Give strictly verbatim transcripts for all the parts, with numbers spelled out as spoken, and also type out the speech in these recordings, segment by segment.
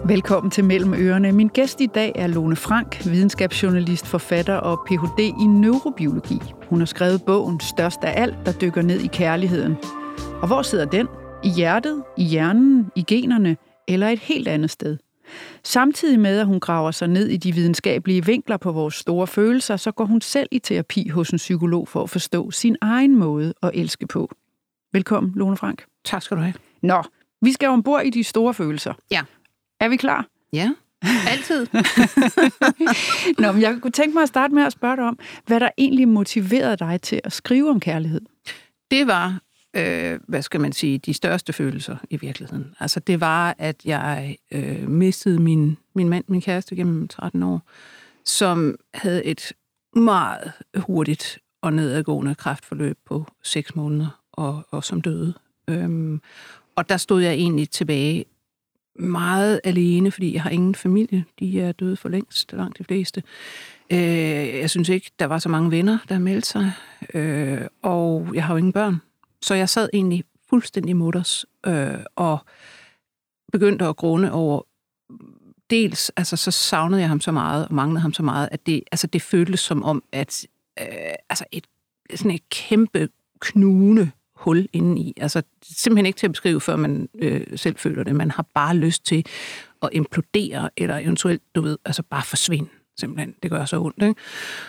Velkommen til Mellem Ørerne. Min gæst i dag er Lone Frank, videnskabsjournalist, forfatter og P H D i neurobiologi. Hun har skrevet bogen Størst af alt, der dykker ned i kærligheden. Og hvor sidder den? I hjertet, i hjernen, i generne eller et helt andet sted? Samtidig med, at hun graver sig ned i de videnskabelige vinkler på vores store følelser, så går hun selv i terapi hos en psykolog for at forstå sin egen måde at elske på. Velkommen, Lone Frank. Tak skal du have. Nå, vi skal ombord i de store følelser. Ja. Er vi klar? Ja, altid. Nå, men jeg kunne tænke mig at starte med at spørge dig om, hvad der egentlig motiverede dig til at skrive om kærlighed? Det var, øh, hvad skal man sige, de største følelser i virkeligheden. Altså det var, at jeg øh, mistede min, min mand, min kæreste gennem tretten år, som havde et meget hurtigt og nedadgående kræftforløb på seks måneder, og, og som døde. Øhm, og der stod jeg egentlig tilbage meget alene, fordi jeg har ingen familie. De er døde for længst, langt de fleste. Øh, jeg synes ikke, der var så mange venner, der meldte sig. Øh, og jeg har jo ingen børn. Så jeg sad egentlig fuldstændig mutters øh, og begyndte at grunde over, dels, altså så savnede jeg ham så meget, og manglede ham så meget, at det, altså, det føltes som om, at øh, altså et, sådan et kæmpe knugende hul indeni. Altså simpelthen ikke til at beskrive, før man øh, selv føler det. Man har bare lyst til at implodere, eller eventuelt, du ved, altså bare forsvinde. Simpelthen. Det gør så ondt, ikke?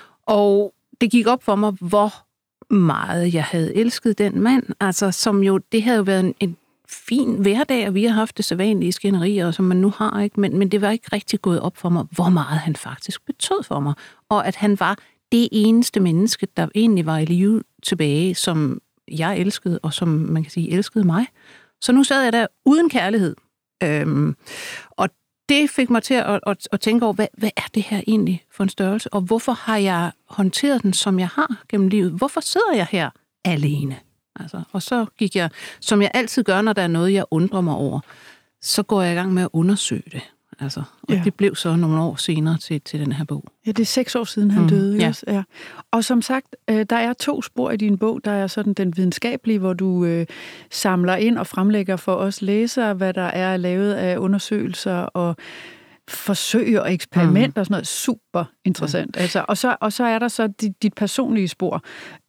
Og det gik op for mig, hvor meget jeg havde elsket den mand. Altså, som jo, det havde jo været en, en fin hverdag, og vi har haft det sædvanlige skænderier, som man nu har, ikke? Men, men det var ikke rigtig gået op for mig, hvor meget han faktisk betød for mig. Og at han var det eneste menneske, der egentlig var i live tilbage, som jeg elskede, og som man kan sige, elskede mig. Så nu sad jeg der uden kærlighed. Øhm, og det fik mig til at, at, at tænke over, hvad, hvad er det her egentlig for en størrelse? Og hvorfor har jeg håndteret den, som jeg har gennem livet? Hvorfor sidder jeg her alene? Altså, og så gik jeg, som jeg altid gør, når der er noget, jeg undrer mig over, så går jeg i gang med at undersøge det. Altså, og ja. Det blev så nogle år senere til, til den her bog. Ja, det er seks år siden, han mm, døde. ja. Yes, ja. Og som sagt, der er to spor i din bog. Der er sådan den videnskabelige, hvor du øh, samler ind og fremlægger for os læsere, hvad der er lavet af undersøgelser og forsøg og eksperimenter mm. og sådan noget. Super interessant. Mm. Altså, og, så, og så er der så dit, dit personlige spor,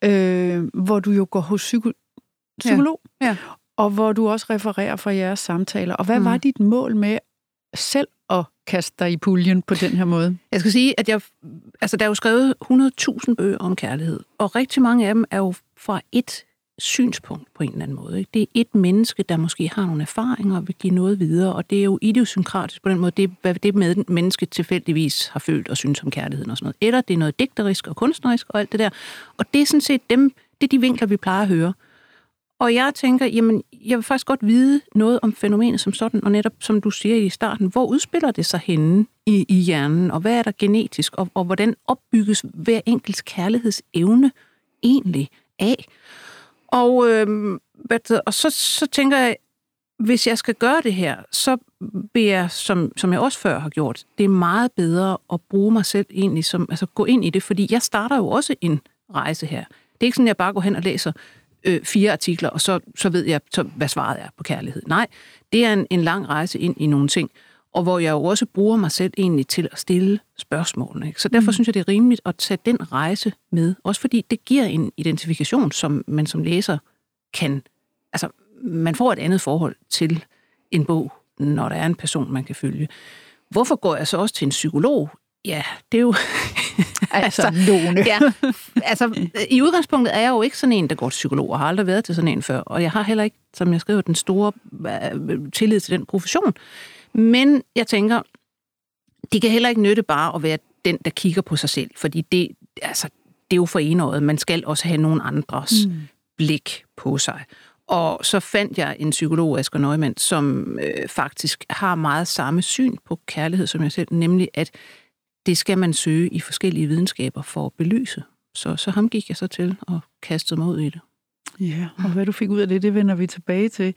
øh, hvor du jo går hos psyko- psykolog, ja. Ja. Og hvor du også refererer fra jeres samtaler. Og hvad mm. var dit mål med selv at kaste dig i puljen på den her måde? Jeg skal sige, at jeg, altså, der er jo skrevet hundrede tusind bøger om kærlighed, og rigtig mange af dem er jo fra et synspunkt på en eller anden måde. Ikke? Det er et menneske, der måske har nogle erfaringer og vil give noget videre, og det er jo idiosynkratisk på den måde, det er, hvad det med menneske tilfældigvis har følt og synes om kærligheden og sådan noget. Eller det er noget digterisk og kunstnerisk og alt det der. Og det er sådan set dem, det er de vinkler, vi plejer at høre. Og jeg tænker, jamen, jeg vil faktisk godt vide noget om fænomenet som sådan, og netop, som du siger i starten, hvor udspiller det sig henne i, i hjernen, og hvad er der genetisk, og, og hvordan opbygges hver enkelts kærlighedsevne egentlig af? Og, øh, og så, så tænker jeg, hvis jeg skal gøre det her, så vil jeg, som, som jeg også før har gjort, det er meget bedre at bruge mig selv egentlig, som, altså gå ind i det, fordi jeg starter jo også en rejse her. Det er ikke sådan, at jeg bare går hen og læser øh, fire artikler, og så, så ved jeg, så, hvad svaret er på kærlighed. Nej, det er en, en lang rejse ind i nogle ting, og hvor jeg jo også bruger mig selv egentlig til at stille spørgsmålene. Ikke? Så derfor mm. synes jeg, det er rimeligt at tage den rejse med, også fordi det giver en identifikation, som man som læser kan, altså man får et andet forhold til en bog, når der er en person, man kan følge. Hvorfor går jeg så også til en psykolog? Ja, det er jo... altså, Lone. ja, altså, i udgangspunktet er jeg jo ikke sådan en, der går til psykolog, og har aldrig været til sådan en før. Og jeg har heller ikke, som jeg skriver, den store uh, tillid til den profession. Men jeg tænker, det kan heller ikke nytte bare at være den, der kigger på sig selv. Fordi det, altså, det er jo for enøjet. Man skal også have nogen andres mm. blik på sig. Og så fandt jeg en psykolog, Asger Neumann, som øh, faktisk har meget samme syn på kærlighed som jeg selv, nemlig at det skal man søge i forskellige videnskaber for at belyse. Så, så ham gik jeg så til og kastede mig ud i det. Ja, og hvad du fik ud af det, det vender vi tilbage til.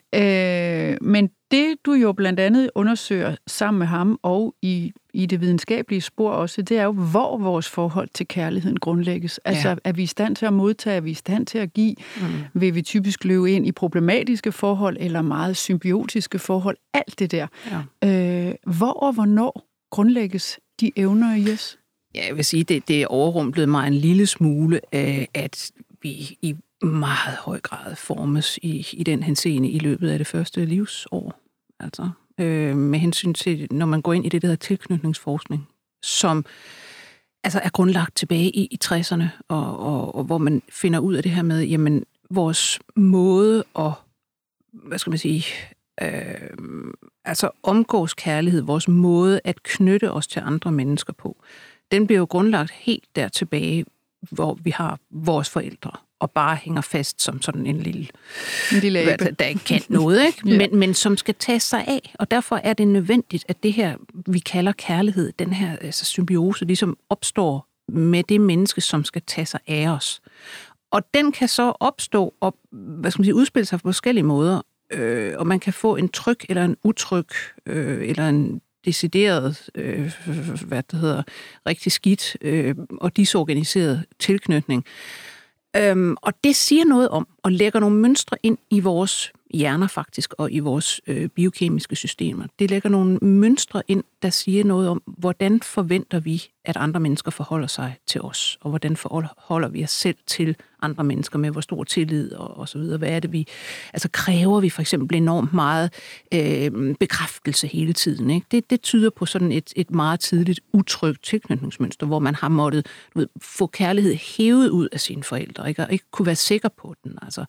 Øh, men det, du jo blandt andet undersøger sammen med ham og i, i det videnskabelige spor også, det er jo, hvor vores forhold til kærligheden grundlægges. Altså, ja. Er vi i stand til at modtage, er vi i stand til at give? Mm. Vil vi typisk løbe ind i problematiske forhold eller meget symbiotiske forhold? Alt det der. Ja. Øh, hvor og hvornår grundlægges de evner i os? Ja, jeg vil sige, det, det overrumplede mig en lille smule af, at vi i meget høj grad formes i, i den henseende i løbet af det første livsår. Altså, øh, med hensyn til, når man går ind i det, der hedder tilknytningsforskning, som altså er grundlagt tilbage i, i tresserne, og, og, og hvor man finder ud af det her med, jamen, vores måde at, hvad skal man sige, øh, altså omgås kærlighed, vores måde at knytte os til andre mennesker på, den bliver jo grundlagt helt der tilbage, hvor vi har vores forældre, og bare hænger fast som sådan en lille, en lille hvad, der ikke kan noget, ikke? ja. men, men som skal tage sig af. Og derfor er det nødvendigt, at det her, vi kalder kærlighed, den her altså symbiose, ligesom opstår med det menneske, som skal tage sig af os. Og den kan så opstå og hvad skal man sige, udspille sig på forskellige måder, øh, og man kan få en tryg eller en utryg, øh, eller en decideret, øh, hvad det hedder, rigtig skidt øh, og disorganiseret tilknytning. Øhm, og det siger noget om, og lægger nogle mønstre ind i vores hjerner faktisk, og i vores øh, biokemiske systemer. Det lægger nogle mønstre ind, der siger noget om, hvordan forventer vi, at andre mennesker forholder sig til os, og hvordan forholder vi os selv til andre mennesker med hvor stor tillid og, og så videre. Hvad er det, vi... Altså kræver vi for eksempel enormt meget øh, bekræftelse hele tiden, ikke? Det, det tyder på sådan et, et meget tidligt utrygt tilknytningsmønster, hvor man har måttet du ved, få kærlighed hævet ud af sine forældre, ikke? Og ikke kunne være sikker på den, altså.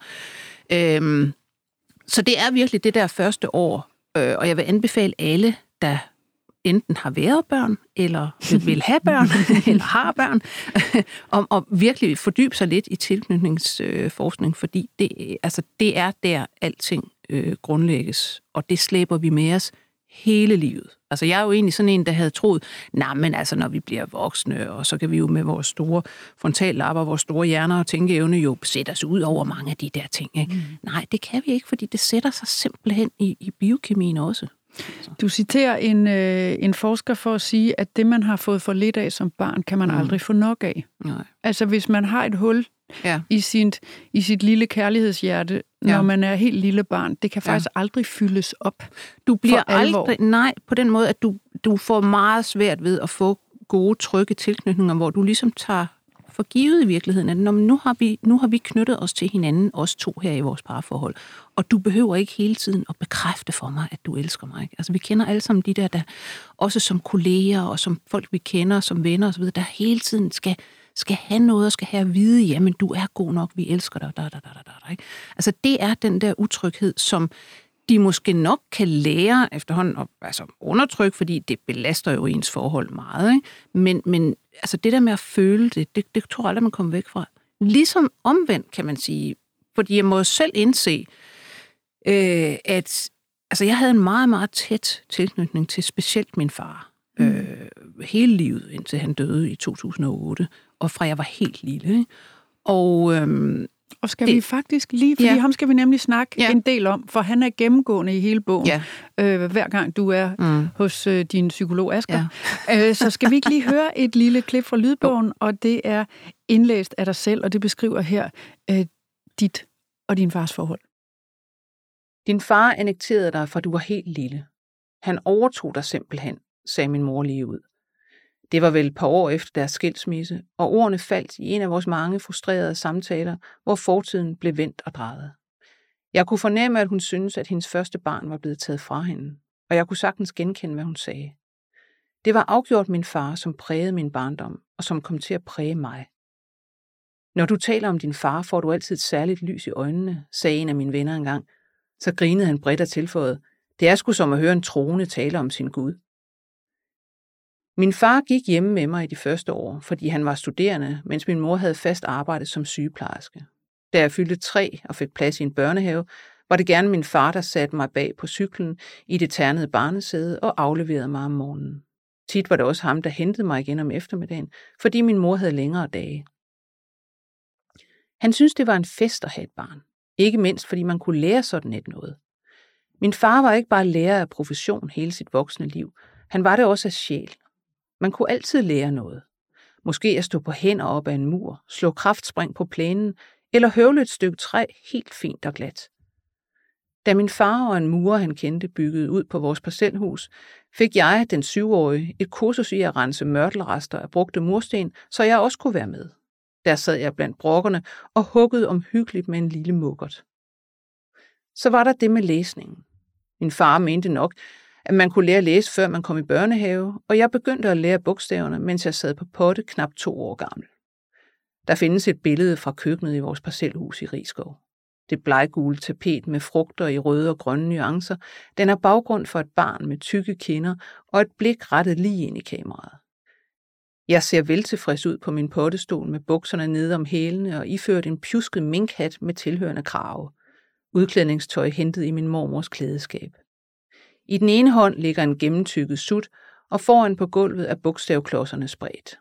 Øh, Så det er virkelig det der første år, øh, og jeg vil anbefale alle, der enten har været børn, eller vil have børn, eller har børn, om at virkelig fordybe sig lidt i tilknytningsforskning, fordi det, altså, det er der alting øh, grundlægges, og det slæber vi med os hele livet. Altså jeg er jo egentlig sådan en, der havde troet, nej, men altså når vi bliver voksne, og så kan vi jo med vores store frontallapper, vores store hjerner og tænkeevne jo sætte os ud over mange af de der ting. Ikke? Mm. Nej, det kan vi ikke, fordi det sætter sig simpelthen i, i biokemien også. Så. Du citerer en, øh, en forsker for at sige, at det, man har fået for lidt af som barn, kan man mm. aldrig få nok af. Nej. Altså hvis man har et hul ja. i, sit, i sit lille kærlighedshjerte, når ja. man er helt lille barn, det kan faktisk ja. aldrig fyldes op. Du bliver aldrig, nej, på den måde, at du, du får meget svært ved at få gode, trygge tilknytninger, hvor du ligesom tager for givet i virkeligheden, at nu har, vi, nu har vi knyttet os til hinanden, os to her i vores parforhold, og du behøver ikke hele tiden at bekræfte for mig, at du elsker mig. Ikke? Altså vi kender alle sammen de der, der også som kolleger, og som folk vi kender, som venner osv., der hele tiden skal skal have noget og skal have at vide, jamen du er god nok, vi elsker dig, da, da, da, da, da, ikke? Altså det er den der utryghed, som de måske nok kan lære efterhånden at altså, undertrykke, fordi det belaster jo ens forhold meget, ikke? Men, men altså det der med at føle det, det, det tror jeg aldrig, man kommer væk fra. Ligesom omvendt, kan man sige, fordi jeg må selv indse, øh, at altså, jeg havde en meget, meget tæt tilknytning til specielt min far. Mm. Øh, hele livet, indtil han døde i to tusind og otte, og fra jeg var helt lille. Ikke? Og, øhm, og skal det, vi faktisk lige, fordi ja. ham skal vi nemlig snakke ja. en del om, for han er gennemgående i hele bogen, ja. øh, hver gang du er mm. hos øh, din psykolog Asger. Ja. øh, så skal vi ikke lige høre et lille klip fra lydbogen, jo. og det er indlæst af dig selv, og det beskriver her øh, dit og din fars forhold. Din far annekterede dig, fra du var helt lille. Han overtog dig simpelthen, sagde min mor lige ud. Det var vel et par år efter deres skilsmisse, og ordene faldt i en af vores mange frustrerede samtaler, hvor fortiden blev vendt og drejet. Jeg kunne fornemme, at hun syntes, at hendes første barn var blevet taget fra hende, og jeg kunne sagtens genkende, hvad hun sagde. Det var afgjort min far, som prægede min barndom, og som kom til at præge mig. Når du taler om din far, får du altid et særligt lys i øjnene, sagde en af mine venner engang. Så grinede han bredt og tilføjede, det er sgu som at høre en troende tale om sin Gud. Min far gik hjemme med mig i de første år, fordi han var studerende, mens min mor havde fast arbejde som sygeplejerske. Da jeg fyldte tre og fik plads i en børnehave, var det gerne min far, der satte mig bag på cyklen i det ternede barnesæde og afleverede mig om morgenen. Tit var det også ham, der hentede mig igen om eftermiddagen, fordi min mor havde længere dage. Han syntes, det var en fest at have et barn. Ikke mindst, fordi man kunne lære sådan et noget. Min far var ikke bare lærer af profession hele sit voksne liv. Han var det også af sjæl. Man kunne altid lære noget. Måske at stå på hænder op ad en mur, slå kraftspring på plænen, eller høvle et stykke træ helt fint og glat. Da min far og en murer, han kendte, byggede ud på vores parcelhus, fik jeg, den syvårige, et kursus i at rense mørtelrester af brugte mursten, så jeg også kunne være med. Der sad jeg blandt brokkerne og huggede omhyggeligt med en lille muggert. Så var der det med læsningen. Min far mente nok, at man kunne lære at læse, før man kom i børnehave, og jeg begyndte at lære bogstaverne, mens jeg sad på potte knap to år gammel. Der findes et billede fra køkkenet i vores parcelhus i Risskov. Det bleggule tapet med frugter i røde og grønne nuancer, den er baggrund for et barn med tykke kinder og et blik rettet lige ind i kameraet. Jeg ser veltilfreds ud på min pottestol med bukserne nede om hælene og iført en pjusket minkhat med tilhørende krave. Udklædningstøj hentet i min mormors klædeskab. I den ene hånd ligger en gennemtykket sut, og foran på gulvet er bogstavklodserne spredt.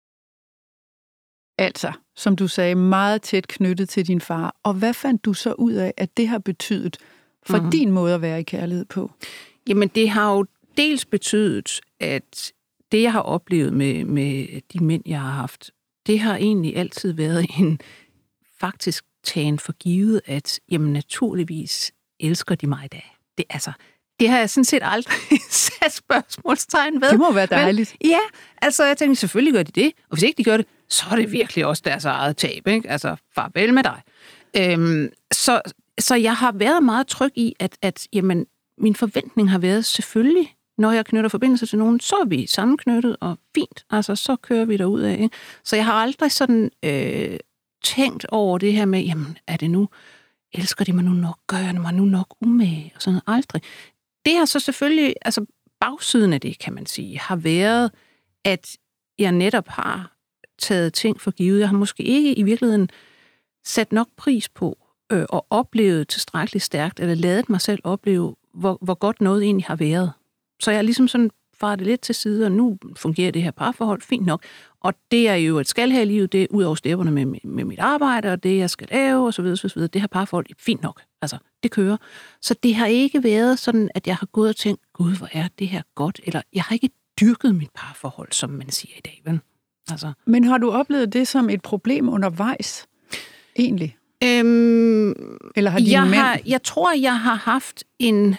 Altså, som du sagde, meget tæt knyttet til din far. Og hvad fandt du så ud af, at det har betydet for mm. din måde at være i kærlighed på? Jamen, det har jo dels betydet, at det, jeg har oplevet med, med de mænd, jeg har haft, det har egentlig altid været en faktisk tagen for givet, at jamen, naturligvis elsker de mig i dag. Det, altså, det har jeg sådan set aldrig sat spørgsmålstegn ved. Det må være dejligt. Men, ja, altså jeg tænkte, selvfølgelig gør de det, og hvis ikke de gør det, så er det virkelig også deres eget tab, ikke? Altså, farvel med dig. Øhm, så, så jeg har været meget tryg i, at, at jamen, min forventning har været selvfølgelig, når jeg knytter forbindelse til nogen, så er vi sammenknyttet, og fint, altså så kører vi derud af. Ikke? Så jeg har aldrig sådan øh, tænkt over det her med, jamen, er det nu, elsker de mig nu nok, gør jeg mig nu nok umage, og sådan noget, aldrig. Det har så selvfølgelig, altså bagsiden af det, kan man sige, har været, at jeg netop har taget ting for givet. Jeg har måske ikke i virkeligheden sat nok pris på øh, og oplevet tilstrækkeligt stærkt, eller ladet mig selv opleve, hvor, hvor godt noget egentlig har været. Så jeg har ligesom sådan faret det lidt til side, og nu fungerer det her parforhold fint nok. Og det er jo et skal her i livet, det er ud over stepperne med, med mit arbejde, og det jeg skal lave, og så videre, så videre. Det her parforhold er fint nok. Altså, det kører. Så det har ikke været sådan, at jeg har gået og tænkt, gud, hvor er det her godt, eller jeg har ikke dyrket mit parforhold, som man siger i dag, vel? Altså. Men har du oplevet det som et problem undervejs, egentlig? Øhm, eller har dine jeg, mænd... har, jeg tror, jeg har haft en,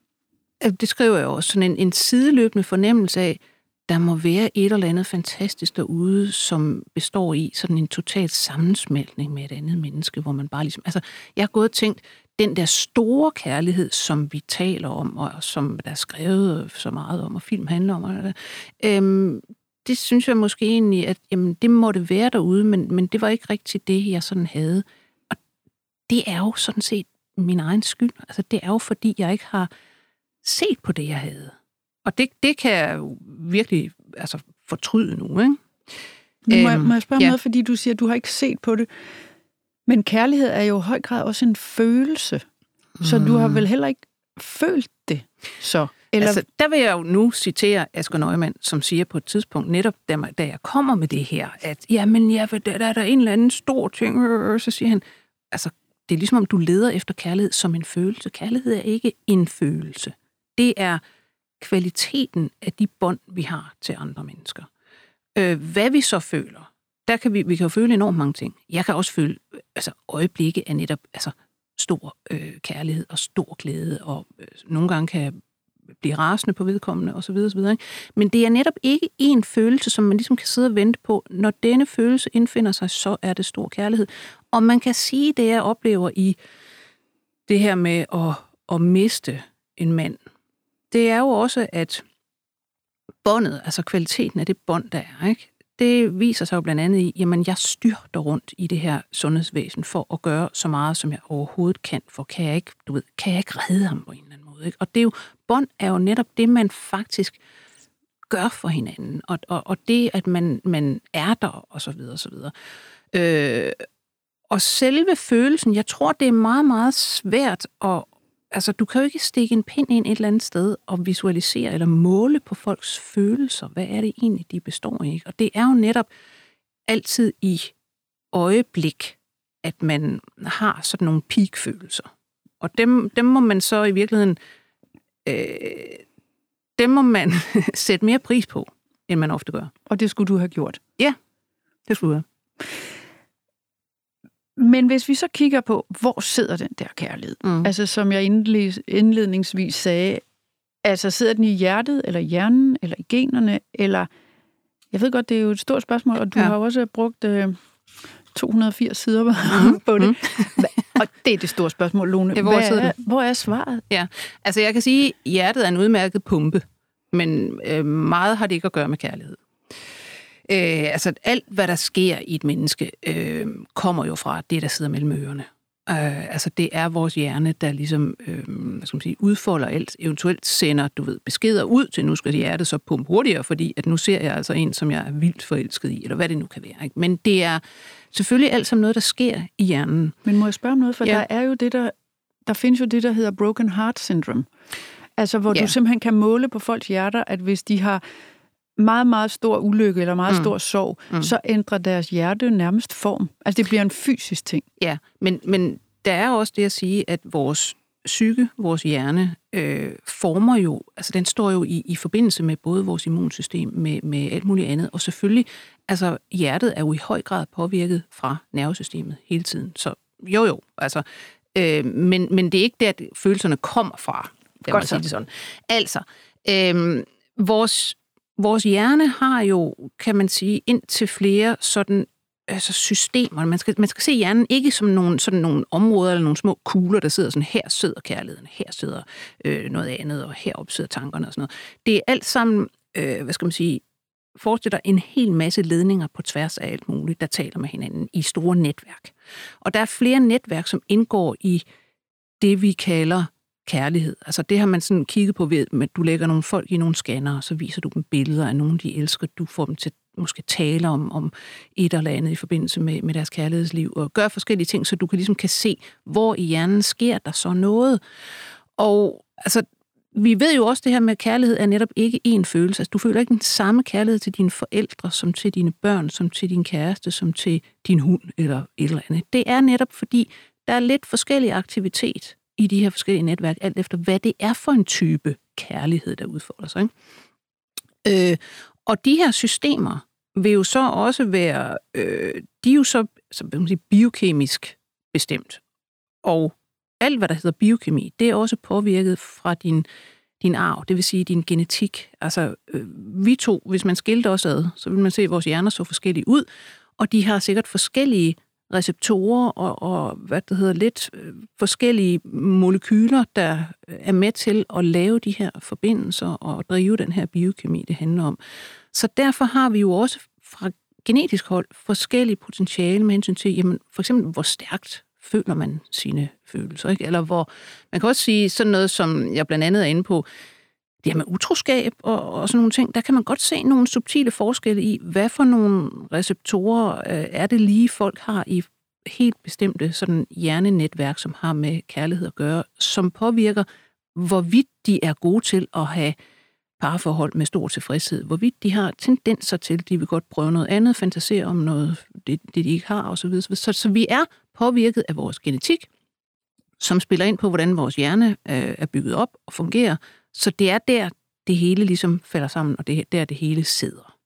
det skriver jeg også, sådan en, en sideløbende fornemmelse af, der må være et eller andet fantastisk derude, som består i sådan en total sammensmeltning med et andet menneske, hvor man bare ligesom... Altså, jeg har gået og tænkt, den der store kærlighed, som vi taler om, og som der er skrevet så meget om, og film handler om, og øhm, det synes jeg måske egentlig, at jamen, det måtte være derude, men, men det var ikke rigtigt det, jeg sådan havde. Og det er jo sådan set min egen skyld. Altså, det er jo, fordi jeg ikke har set på det, jeg havde. Og det, det kan jeg jo virkelig altså, fortryde nu, ikke? Men må, jeg, må jeg spørge ja. noget, fordi du siger, at du har ikke set på det. Men kærlighed er jo i høj grad også en følelse. Mm. Så du har vel heller ikke følt det, så? Eller... Altså, der vil jeg jo nu citere Asger Neumann, som siger på et tidspunkt, netop da, da jeg kommer med det her, at jamen, ja, der, der er der en eller anden stor ting, så siger han, altså, det er ligesom om du leder efter kærlighed som en følelse. Kærlighed er ikke en følelse. Det er kvaliteten af de bånd, vi har til andre mennesker. Øh, hvad vi så føler, der kan vi, vi kan jo føle enormt mange ting. Jeg kan også føle, altså øjeblikke af netop altså, stor øh, kærlighed og stor glæde, og øh, nogle gange kan jeg blive rasende på vedkommende, osv. osv. Men det er netop ikke en følelse, som man ligesom kan sidde og vente på. Når denne følelse indfinder sig, så er det stor kærlighed. Og man kan sige, det jeg oplever i det her med at, at miste en mand, det er jo også, at båndet, altså kvaliteten af det bånd, der er, ikke? Det viser sig jo blandt andet i, jamen jeg styrter rundt i det her sundhedsvæsen for at gøre så meget, som jeg overhovedet kan, for kan jeg ikke, du ved, kan jeg ikke redde ham på en eller anden måde, ikke? Og det er jo, bånd er jo netop det, man faktisk gør for hinanden, og, og, og det, at man, man er der, og så videre, og så videre. Øh, og selve følelsen, jeg tror, det er meget, meget svært at, altså du kan jo ikke stikke en pind ind et eller andet sted og visualisere eller måle på folks følelser. Hvad er det egentlig, de består i? Og det er jo netop altid i øjeblik, at man har sådan nogle peak-følelser. Og dem, dem må man så i virkeligheden, øh, dem må man sætte mere pris på, end man ofte gør. Og det skulle du have gjort? Ja, det skulle jeg. Men hvis vi så kigger på, hvor sidder den der kærlighed? Mm. Altså som jeg indledningsvis sagde, altså sidder den i hjertet, eller i hjernen, eller i generne, eller... Jeg ved godt, det er jo et stort spørgsmål, og du ja. har også brugt øh, to hundrede og firs sider mm. på det. Mm. Og det er det store spørgsmål, Lone. Hvor, er, hvor er svaret? Ja, altså jeg kan sige, at hjertet er en udmærket pumpe, men øh, meget har det ikke at gøre med kærlighed. Øh, altså alt, hvad der sker i et menneske, øh, kommer jo fra det, der sidder mellem ørerne. Øh, altså det er vores hjerne, der ligesom øh, hvad skal man sige, udfolder alt, eventuelt sender, du ved, beskeder ud til, nu skal hjertet så pumpe hurtigere, fordi at nu ser jeg altså en, som jeg er vildt forelsket i, eller hvad det nu kan være. Ikke? Men det er selvfølgelig alt som noget, der sker i hjernen. Men må jeg spørge om noget, for ja. der er jo det, der, der findes jo det, der hedder broken heart syndrome. Altså hvor ja. du simpelthen kan måle på folks hjerter, at hvis de har meget, meget stor ulykke eller meget mm. stor sorg, mm. så ændrer deres hjerte nærmest form. Altså det bliver en fysisk ting. Ja, men, men der er også det at sige, at vores psyke, vores hjerne, øh, former jo, altså den står jo i, i forbindelse med både vores immunsystem, med, med alt muligt andet, og selvfølgelig, altså hjertet er jo i høj grad påvirket fra nervesystemet hele tiden. Så jo jo, altså, øh, men, men det er ikke der, at følelserne kommer fra. Godt sige det sådan. Altså, øh, vores Vores hjerne har jo, kan man sige, ind til flere sådan altså systemer. Man skal, man skal se hjernen ikke som nogle, sådan nogle områder eller nogle små kugler, der sidder sådan, her sidder kærligheden, her sidder øh, noget andet, og heroppe sidder tankerne og sådan noget. Det er alt sammen, øh, hvad skal man sige, forestiller en hel masse ledninger på tværs af alt muligt, der taler med hinanden i store netværk. Og der er flere netværk, som indgår i det, vi kalder kærlighed. Altså det har man sådan kigget på ved, at du lægger nogle folk i nogle scanner, og så viser du dem billeder af nogen, de elsker. Du får dem til måske tale om, om et eller andet i forbindelse med, med deres kærlighedsliv, og gør forskellige ting, så du kan ligesom kan se, hvor i hjernen sker der så noget. Og altså, vi ved jo også, det her med kærlighed er netop ikke én følelse. Altså, du føler ikke den samme kærlighed til dine forældre, som til dine børn, som til din kæreste, som til din hund, eller et eller andet. Det er netop fordi, der er lidt forskellig aktivitet i de her forskellige netværk, alt efter hvad det er for en type kærlighed, der udfolder sig. Ikke? Øh, og de her systemer vil jo så også være, øh, de er jo så, så man sige, biokemisk bestemt. Og alt, hvad der hedder biokemi, det er også påvirket fra din, din arv, det vil sige din genetik. Altså, øh, vi to, hvis man skilte os ad, så vil man se, at vores hjerner så forskellige ud, og de har sikkert forskellige receptorer og, og hvad det hedder, lidt øh, forskellige molekyler, der er med til at lave de her forbindelser og drive den her biokemi, det handler om. Så derfor har vi jo også fra genetisk hold forskellige potentiale med hensyn til, jamen, for eksempel, hvor stærkt føler man sine følelser, ikke? Eller hvor, man kan også sige sådan noget, som jeg blandt andet er inde på, det her med utroskab og, og sådan nogle ting, der kan man godt se nogle subtile forskelle i, hvad for nogle receptorer øh, er det lige, folk har i helt bestemte sådan hjernenetværk, som har med kærlighed at gøre, som påvirker, hvorvidt de er gode til at have parforhold med stor tilfredshed, hvorvidt de har tendenser til, de vil godt prøve noget andet, fantasere om noget, det, det de ikke har, osv. Så, så vi er påvirket af vores genetik, som spiller ind på, hvordan vores hjerne øh, er bygget op og fungerer. Så det er der, det hele ligesom falder sammen, og det er der, det hele sidder.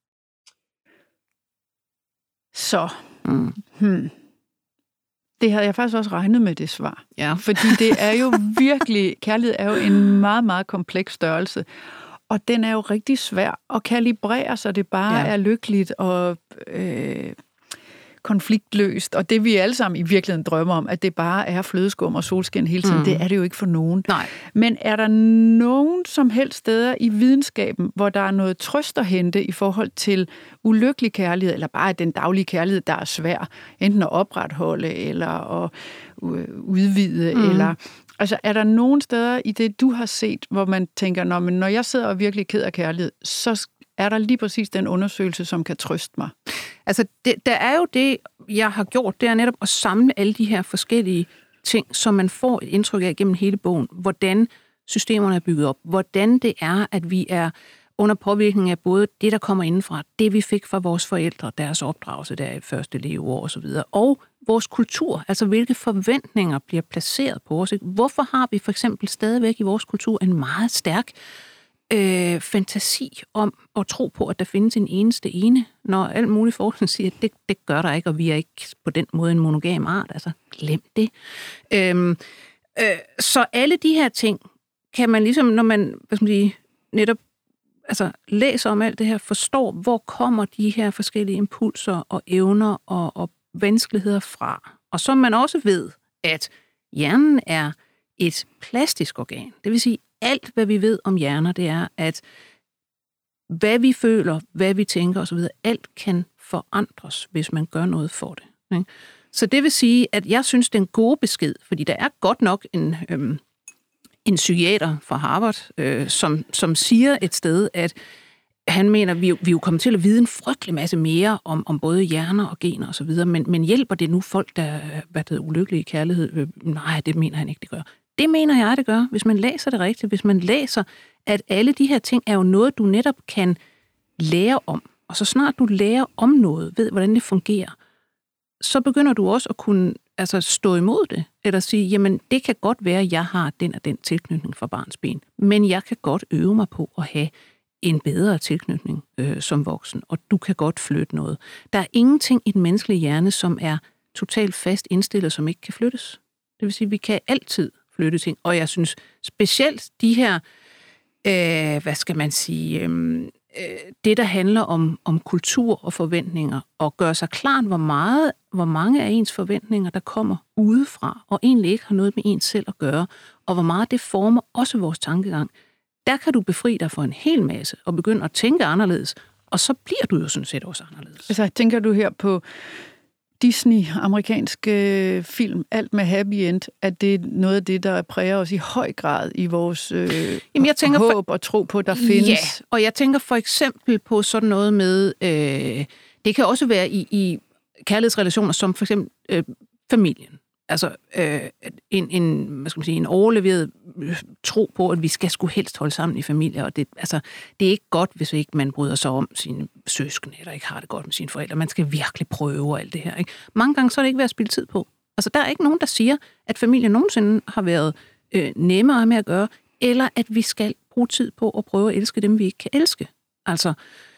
Så, mm. hmm. det havde jeg faktisk også regnet med, det svar. Ja. Fordi det er jo virkelig, kærlighed er jo en meget, meget kompleks størrelse. Og den er jo rigtig svær at kalibrere, så det bare ja. er lykkeligt og øh, konfliktløst. Og det vi alle sammen i virkeligheden drømmer om, at det bare er flødeskum og solskin hele tiden, mm. det er det jo ikke for nogen. Nej. Men er der nogen som helst steder i videnskaben, hvor der er noget trøst at hente i forhold til ulykkelig kærlighed, eller bare den daglige kærlighed, der er svær, enten at opretholde eller at udvide, mm. eller... Altså, er der nogen steder i det, du har set, hvor man tænker, når, men når jeg sidder og virkelig ked af kærlighed, så er der lige præcis den undersøgelse, som kan trøste mig? Altså, det, der er jo det, jeg har gjort, det er netop at samle alle de her forskellige ting, så man får et indtryk af gennem hele bogen, hvordan systemerne er bygget op, hvordan det er, at vi er under påvirkning af både det, der kommer indenfra, det vi fik fra vores forældre, deres opdragelse der i første leveår osv., og vores kultur, altså hvilke forventninger bliver placeret på os. Hvorfor har vi for eksempel stadigvæk i vores kultur en meget stærk øh, fantasi om at tro på, at der findes en eneste ene, når alt muligt forskning siger, at det, det gør der ikke, og vi er ikke på den måde en monogam art. Altså, glem det. Øhm, øh, så alle de her ting kan man ligesom, når man, hvad skal man sige, netop altså, læser om alt det her, forstår, hvor kommer de her forskellige impulser og evner og, og vanskeligheder fra. Og så man også ved, at hjernen er et plastisk organ. Det vil sige, alt, hvad vi ved om hjerner, det er, at hvad vi føler, hvad vi tænker osv., alt kan forandres, hvis man gør noget for det. Ikke? Så det vil sige, at jeg synes, det er en god besked, fordi der er godt nok en, øhm, en psykiater fra Harvard, øh, som, som siger et sted, at han mener, at vi, vi jo kommer til at vide en frygtelig masse mere om, om både hjerner og gener osv., men, men hjælper det nu folk, der er ulykkelige i kærlighed? Nej, det mener han ikke, det gør. Det mener jeg, det gør, hvis man læser det rigtigt. Hvis man læser, at alle de her ting er jo noget, du netop kan lære om. Og så snart du lærer om noget, ved, hvordan det fungerer, så begynder du også at kunne altså, stå imod det. Eller sige, jamen, det kan godt være, at jeg har den og den tilknytning fra barns ben, men jeg kan godt øve mig på at have en bedre tilknytning øh, som voksen, og du kan godt flytte noget. Der er ingenting i den menneskelige hjerne, som er totalt fast indstillet, som ikke kan flyttes. Det vil sige, at vi kan altid flytte ting, og jeg synes specielt de her, øh, hvad skal man sige, øh, det der handler om, om kultur og forventninger, og gøre sig klart, hvor meget, hvor mange af ens forventninger, der kommer udefra, og egentlig ikke har noget med ens selv at gøre, og hvor meget det former også vores tankegang. Der kan du befri dig for en hel masse, og begynde at tænke anderledes, og så bliver du jo sådan set også anderledes. Altså, tænker du her på Disney, amerikanske film, alt med happy end, at det er noget af det, der præger os i høj grad i vores øh, Jamen, jeg tænker håb for, og tro på, der findes. Ja, og jeg tænker for eksempel på sådan noget med, øh, det kan også være i, i kærlighedsrelationer, som for eksempel øh, familien. Altså øh, en, en, hvad skal man sige, en overleveret tro på, at vi skal sgu helst holde sammen i familier, og det, altså, det er ikke godt, hvis ikke man bryder sig om sine søskende, eller ikke har det godt med sine forældre. Man skal virkelig prøve alt det her. Ikke? Mange gange så er det ikke værd at spilde tid på. Altså, der er ikke nogen, der siger, at familien nogensinde har været øh, nemmere med at gøre, eller at vi skal bruge tid på at prøve at elske dem, vi ikke kan elske. Altså,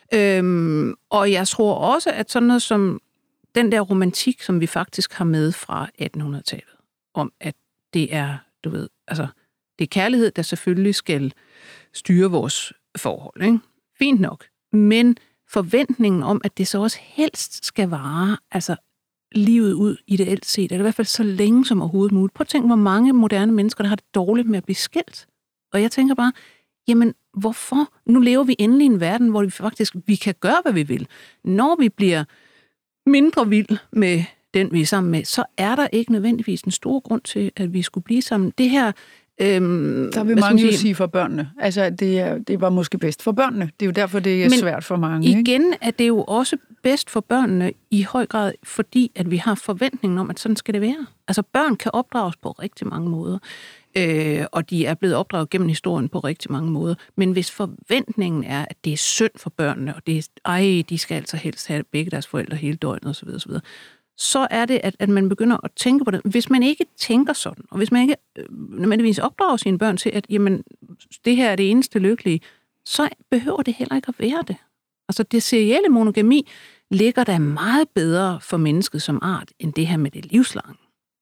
øhm, og jeg tror også, at sådan noget som den der romantik, som vi faktisk har med fra attenhundredetallet, om at det er, du ved, altså, det er kærlighed, der selvfølgelig skal styre vores forhold, ikke? Fint nok. Men forventningen om, at det så også helst skal vare, altså livet ud ideelt set, eller i hvert fald så længe som overhovedet muligt. Prøv at tænke, hvor mange moderne mennesker, der har det dårligt med at blive skilt. Og jeg tænker bare, jamen, hvorfor? Nu lever vi endelig i en verden, hvor vi faktisk vi kan gøre, hvad vi vil. Når vi bliver mindre vild med den, vi er sammen med, så er der ikke nødvendigvis en stor grund til, at vi skulle blive sammen. Det her... Øhm, der vil mange jo sige for børnene. Altså, det, er, det var måske bedst for børnene. Det er jo derfor, det er Men svært for mange. Igen ikke? Er det jo også bedst for børnene i høj grad, fordi at vi har forventningen om, at sådan skal det være. Altså, børn kan opdrages på rigtig mange måder. Øh, og de er blevet opdraget gennem historien på rigtig mange måder. Men hvis forventningen er, at det er synd for børnene, og det er, ej, de skal altså helst have begge deres forældre hele døgnet osv., osv., så er det, at, at man begynder at tænke på det. Hvis man ikke tænker sådan, og hvis man ikke øh, nødvendigvis opdrager sine børn til, at jamen, det her er det eneste lykkelige, så behøver det heller ikke at være det. Altså det serielle monogami ligger der meget bedre for mennesket som art, end det her med det livslange.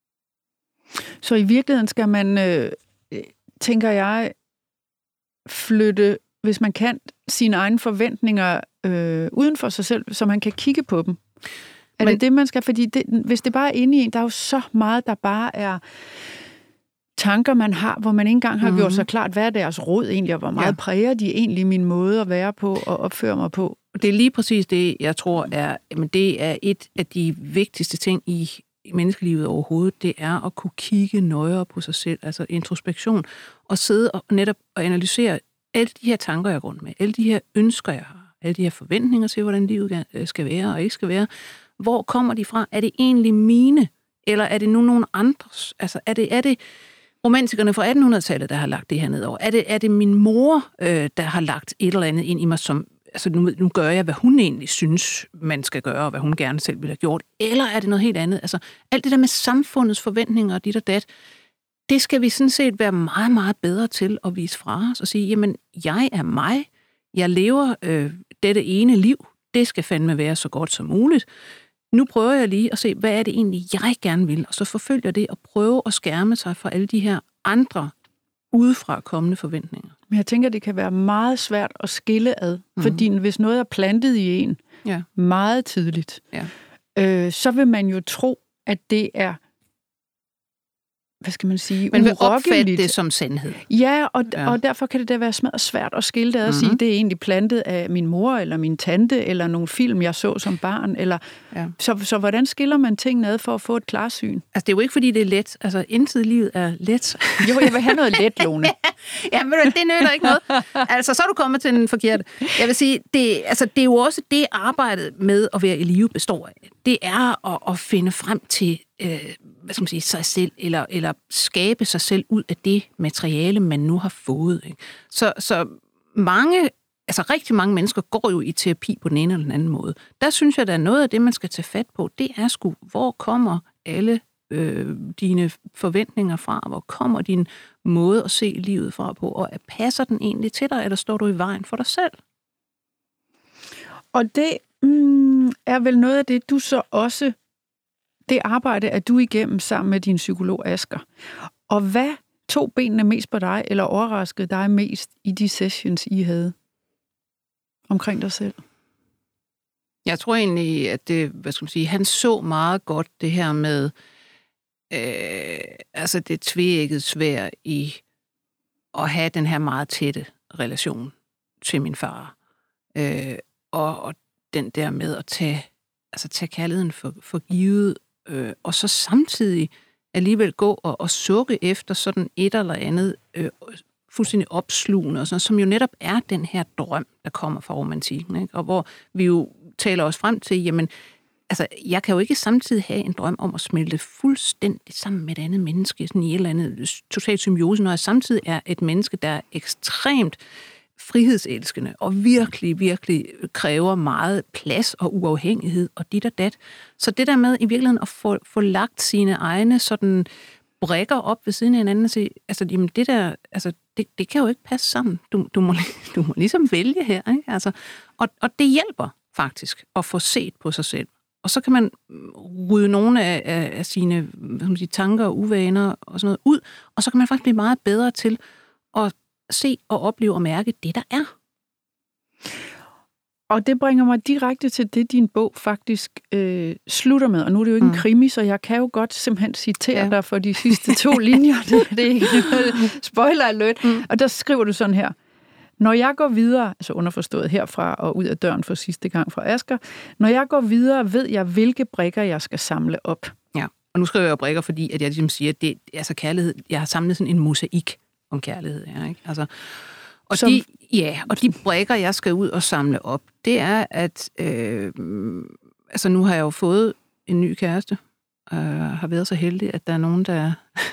Så i virkeligheden skal man, øh, tænker jeg, flytte, hvis man kan, sine egne forventninger øh, uden for sig selv, så man kan kigge på dem. Er Men, det det, man skal? Fordi det, hvis det bare er inde i en, der er jo så meget, der bare er tanker, man har, hvor man ikke engang har mm-hmm. gjort sig klart, hvad er deres råd egentlig, og hvor meget ja. præger de egentlig min måde at være på og opføre mig på. Det er lige præcis det, jeg tror, er, jamen det er et af de vigtigste ting i i menneskelivet overhovedet, det er at kunne kigge nøjere på sig selv, altså introspektion, og sidde og netop og analysere alle de her tanker, jeg går rundt med, alle de her ønsker, jeg har, alle de her forventninger til, hvordan livet skal være og ikke skal være. Hvor kommer de fra? Er det egentlig mine, eller er det nu nogen andres? Altså, er det, er det, romantikerne fra attenhundredetallet, der har lagt det her ned over? Er det, er det min mor, øh, der har lagt et eller andet ind i mig, som, altså nu, nu gør jeg, hvad hun egentlig synes, man skal gøre, og hvad hun gerne selv ville have gjort? Eller er det noget helt andet? Altså, alt det der med samfundets forventninger og dit og dat, det skal vi sådan set være meget, meget bedre til at vise fra os og sige, jamen, jeg er mig, jeg lever øh, dette ene liv, det skal fandme være så godt som muligt. Nu prøver jeg lige at se, hvad er det egentlig, jeg gerne vil, og så forfølger det og prøve at skærme sig fra alle de her andre udefra kommende forventninger. Men jeg tænker, det kan være meget svært at skille ad, mm-hmm. fordi hvis noget er plantet i en ja. meget tidligt, ja. øh, så vil man jo tro, at det er, hvad skal man sige, man vil opfatte det som sandhed. Ja, og, ja. og derfor kan det da være smadret svært at skille det ad og mm-hmm. sige, det er egentlig plantet af min mor, eller min tante, eller nogle film, jeg så som barn. Eller, ja. så, så hvordan skiller man tingene ad for at få et klarsyn? Altså, det er jo ikke, fordi det er let. Altså, intet i livet er let. Jo, jeg vil have noget let, Lone. Ja, men det nytter ikke noget. Altså, så er du kommet til den forkerte. Jeg vil sige, det, altså, det er jo også det, arbejdet med at være i live består af. Det er at, at finde frem til øh, hvad skal man sige, sig selv, eller, eller skabe sig selv ud af det materiale, man nu har fået. Ikke? Så, så mange, altså rigtig mange mennesker går jo i terapi på den ene eller den anden måde. Der synes jeg, der er noget af det, man skal tage fat på. Det er sgu, hvor kommer alle øh, dine forventninger fra? Hvor kommer din måde at se livet fra på? Og passer den egentlig til dig, eller står du i vejen for dig selv? Og det mm, er vel noget af det, du så også, det arbejde er du igennem sammen med din psykolog Asger. Og hvad tog benene mest på dig, eller overraskede dig mest i de sessions, I havde omkring dig selv? Jeg tror egentlig, at det, hvad skal man sige, han så meget godt det her med, øh, altså det tveæggede sværd i at have den her meget tætte relation til min far. Øh, og, og den der med at tage, altså tage kærligheden for, for givet, øh, og så samtidig alligevel gå og, og sukke efter sådan et eller andet øh, fuldstændig opslugende, og sådan, som jo netop er den her drøm, der kommer fra romantikken, ikke? Og hvor vi jo taler os frem til, jamen, altså, jeg kan jo ikke samtidig have en drøm om at smelte fuldstændig sammen med et andet menneske, sådan i et eller andet total symbiose, når jeg samtidig er et menneske, der er ekstremt frihedselskende, og virkelig, virkelig kræver meget plads og uafhængighed, og dit og dat. Så det der med i virkeligheden at få, få lagt sine egne sådan brækker op ved siden af hinanden og sige, altså, jamen det der, altså, det, det kan jo ikke passe sammen. Du, du, må, du må ligesom vælge her, ikke? Altså, og, og det hjælper faktisk at få set på sig selv. Og så kan man rydde nogle af, af, af sine hvad skal man sige, tanker og uvaner og sådan noget ud, og så kan man faktisk blive meget bedre til at se og opleve og mærke det, der er. Og det bringer mig direkte til det, din bog faktisk øh, slutter med. Og nu er det jo ikke mm. en krimi, så jeg kan jo godt simpelthen citere ja. dig for de sidste to linjer. Det, det er ikke spoiler alert. Mm. Og der skriver du sådan her. Når jeg går videre, altså underforstået herfra og ud af døren for sidste gang fra Asger, når jeg går videre, ved jeg, hvilke brikker jeg skal samle op. Ja, og nu skriver jeg jo brikker, fordi at jeg ligesom siger, at det altså kærlighed, jeg har samlet sådan en mosaik om kærlighed her, ikke? Altså, og, Som... de, ja, og de brikker, jeg skal ud og samle op, det er, at øh, altså nu har jeg jo fået en ny kæreste, og har været så heldig, at der er nogen, der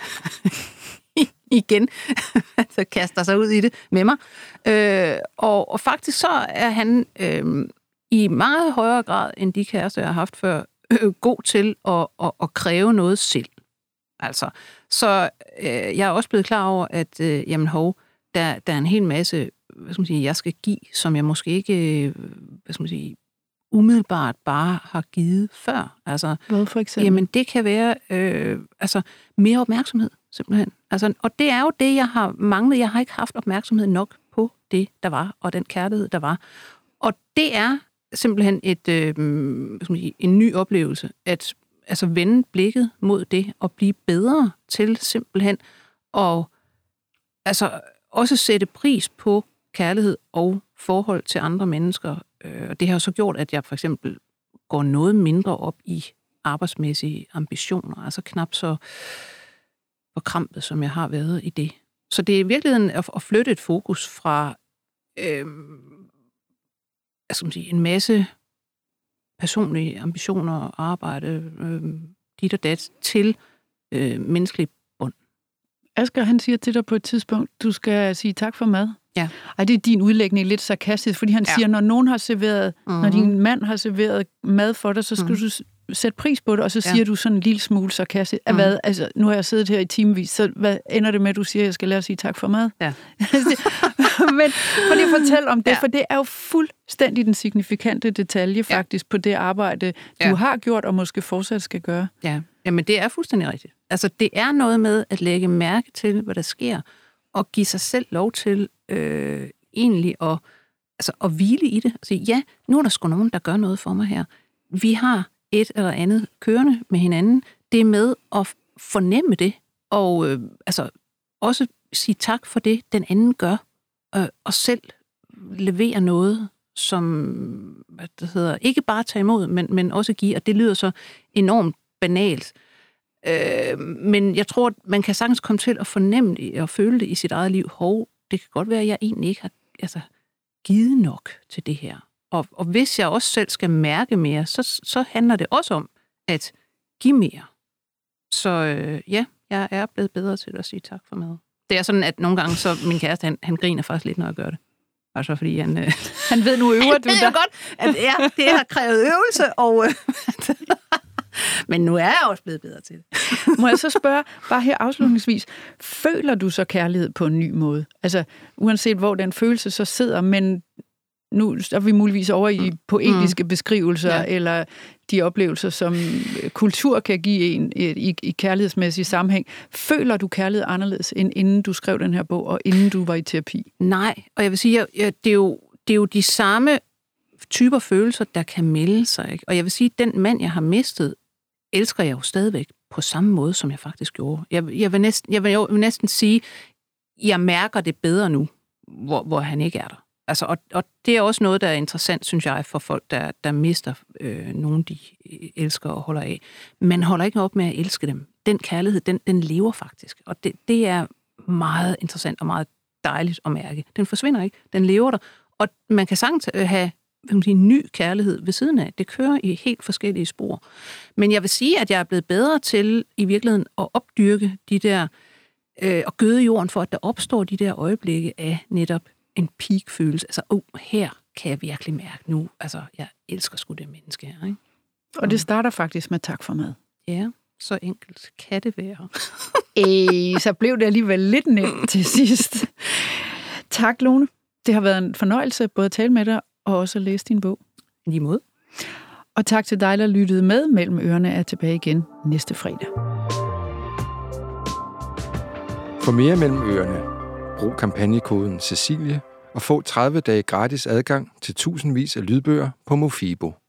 igen så kaster sig ud i det med mig. Øh, og, og faktisk så er han øh, i meget højere grad end de kærester, jeg har haft før, øh, god til at, at, at kræve noget selv. Altså, så øh, jeg er også blevet klar over, at øh, jamen, hov, der, der er en hel masse, hvad skal man sige, jeg skal give, som jeg måske ikke, hvad skal man sige, umiddelbart bare har givet før. Altså, hvad for eksempel? Jamen, det kan være øh, altså, mere opmærksomhed, simpelthen. Altså, og det er jo det, jeg har manglet. Jeg har ikke haft opmærksomhed nok på det, der var, og den kærlighed, der var. Og det er simpelthen et, øh, hvad skal man sige, en ny oplevelse, at altså vende blikket mod det, og blive bedre til simpelthen at altså, også sætte pris på kærlighed og forhold til andre mennesker. Og det har jo så gjort, at jeg for eksempel går noget mindre op i arbejdsmæssige ambitioner, altså knap så forkrampet, som jeg har været i det. Så det er i virkeligheden at flytte et fokus fra øh, jeg skal sige, en masse personlige ambitioner og arbejde, øh, dit og dat, til øh, menneskelig bund. Asger, han siger til dig på et tidspunkt, du skal sige tak for mad. Ja. Ej, det er din udlægning lidt sarkastisk, fordi han ja. siger, når nogen har serveret, mm-hmm. når din mand har serveret mad for dig, så skal mm-hmm. du sætte pris på det, og så siger ja. du sådan en lille smule sarkastisk. Mm-hmm. Hvad, altså, nu har jeg siddet her i timevis, så hvad ender det med, at du siger, at jeg skal lære at sige tak for mad? Ja. Men prøv lige at fortælle om det, ja. for det er jo fuldstændig den signifikante detalje faktisk ja. på det arbejde, du ja. har gjort, og måske fortsat skal gøre. Ja, jamen det er fuldstændig rigtigt. Altså det er noget med at lægge mærke til, hvad der sker, og give sig selv lov til øh, egentlig at, altså, at hvile i det. Og sige, ja, nu er der sgu nogen, der gør noget for mig her. Vi har et eller andet kørende med hinanden. Det er med at fornemme det, og øh, altså, også sige tak for det, den anden gør, øh, og selv levere noget, som hvad det hedder, ikke bare tage imod, men, men også give, og det lyder så enormt banalt. Øh, men jeg tror, at man kan sagtens komme til at fornemme det og føle det i sit eget liv. Hov, det kan godt være, at jeg egentlig ikke har altså, givet nok til det her. Og, og hvis jeg også selv skal mærke mere, så, så handler det også om at give mere. Så øh, ja, jeg er blevet bedre til at sige tak for mad. Det er sådan, at nogle gange, så min kæreste, han, han griner faktisk lidt, når jeg gør det. Altså fordi han... Øh, han ved nu øver du der. godt, at ja, det har krævet øvelse, og... Øh, men nu er jeg også blevet bedre til det. Må jeg så spørge, bare her afslutningsvis, føler du så kærlighed på en ny måde? Altså, uanset hvor den følelse så sidder, men nu er vi muligvis over i poetiske mm. beskrivelser, ja. eller de oplevelser, som kultur kan give en i, i kærlighedsmæssig sammenhæng. Føler du kærlighed anderledes, end inden du skrev den her bog, og inden du var i terapi? Nej, og jeg vil sige, at det er jo, det er jo de samme typer følelser, der kan melde sig. Ikke? Og jeg vil sige, at den mand, jeg har mistet, elsker jeg jo stadigvæk på samme måde, som jeg faktisk gjorde. Jeg, jeg, vil, næsten, jeg vil jo næsten sige, jeg mærker det bedre nu, hvor, hvor han ikke er der. Altså, og, og det er også noget, der er interessant, synes jeg, for folk, der, der mister øh, nogen, de elsker og holder af. Man holder ikke op med at elske dem. Den kærlighed, den, den lever faktisk. Og det, det er meget interessant og meget dejligt at mærke. Den forsvinder ikke. Den lever der. Og man kan sagtens have en ny kærlighed ved siden af. Det kører i helt forskellige spor. Men jeg vil sige, at jeg er blevet bedre til i virkeligheden at opdyrke de der, øh, og gøde jorden for, at der opstår de der øjeblikke af netop en peak-følelse. Altså, oh, her kan jeg virkelig mærke nu, altså, jeg elsker sgu det menneske her, ikke? Og det starter faktisk med tak for mad. Ja, så enkelt kan det være. Ej, så blev det alligevel lidt nemt til sidst. Tak, Lone. Det har været en fornøjelse både at tale med dig og også at læse din bog. Lige mod. Og tak til dig, der lyttede med. Mellem ørerne er tilbage igen næste fredag. For mere mellem ørerne, brug kampagnekoden Cecilie og få tredive dage gratis adgang til tusindvis af lydbøger på Mofibo.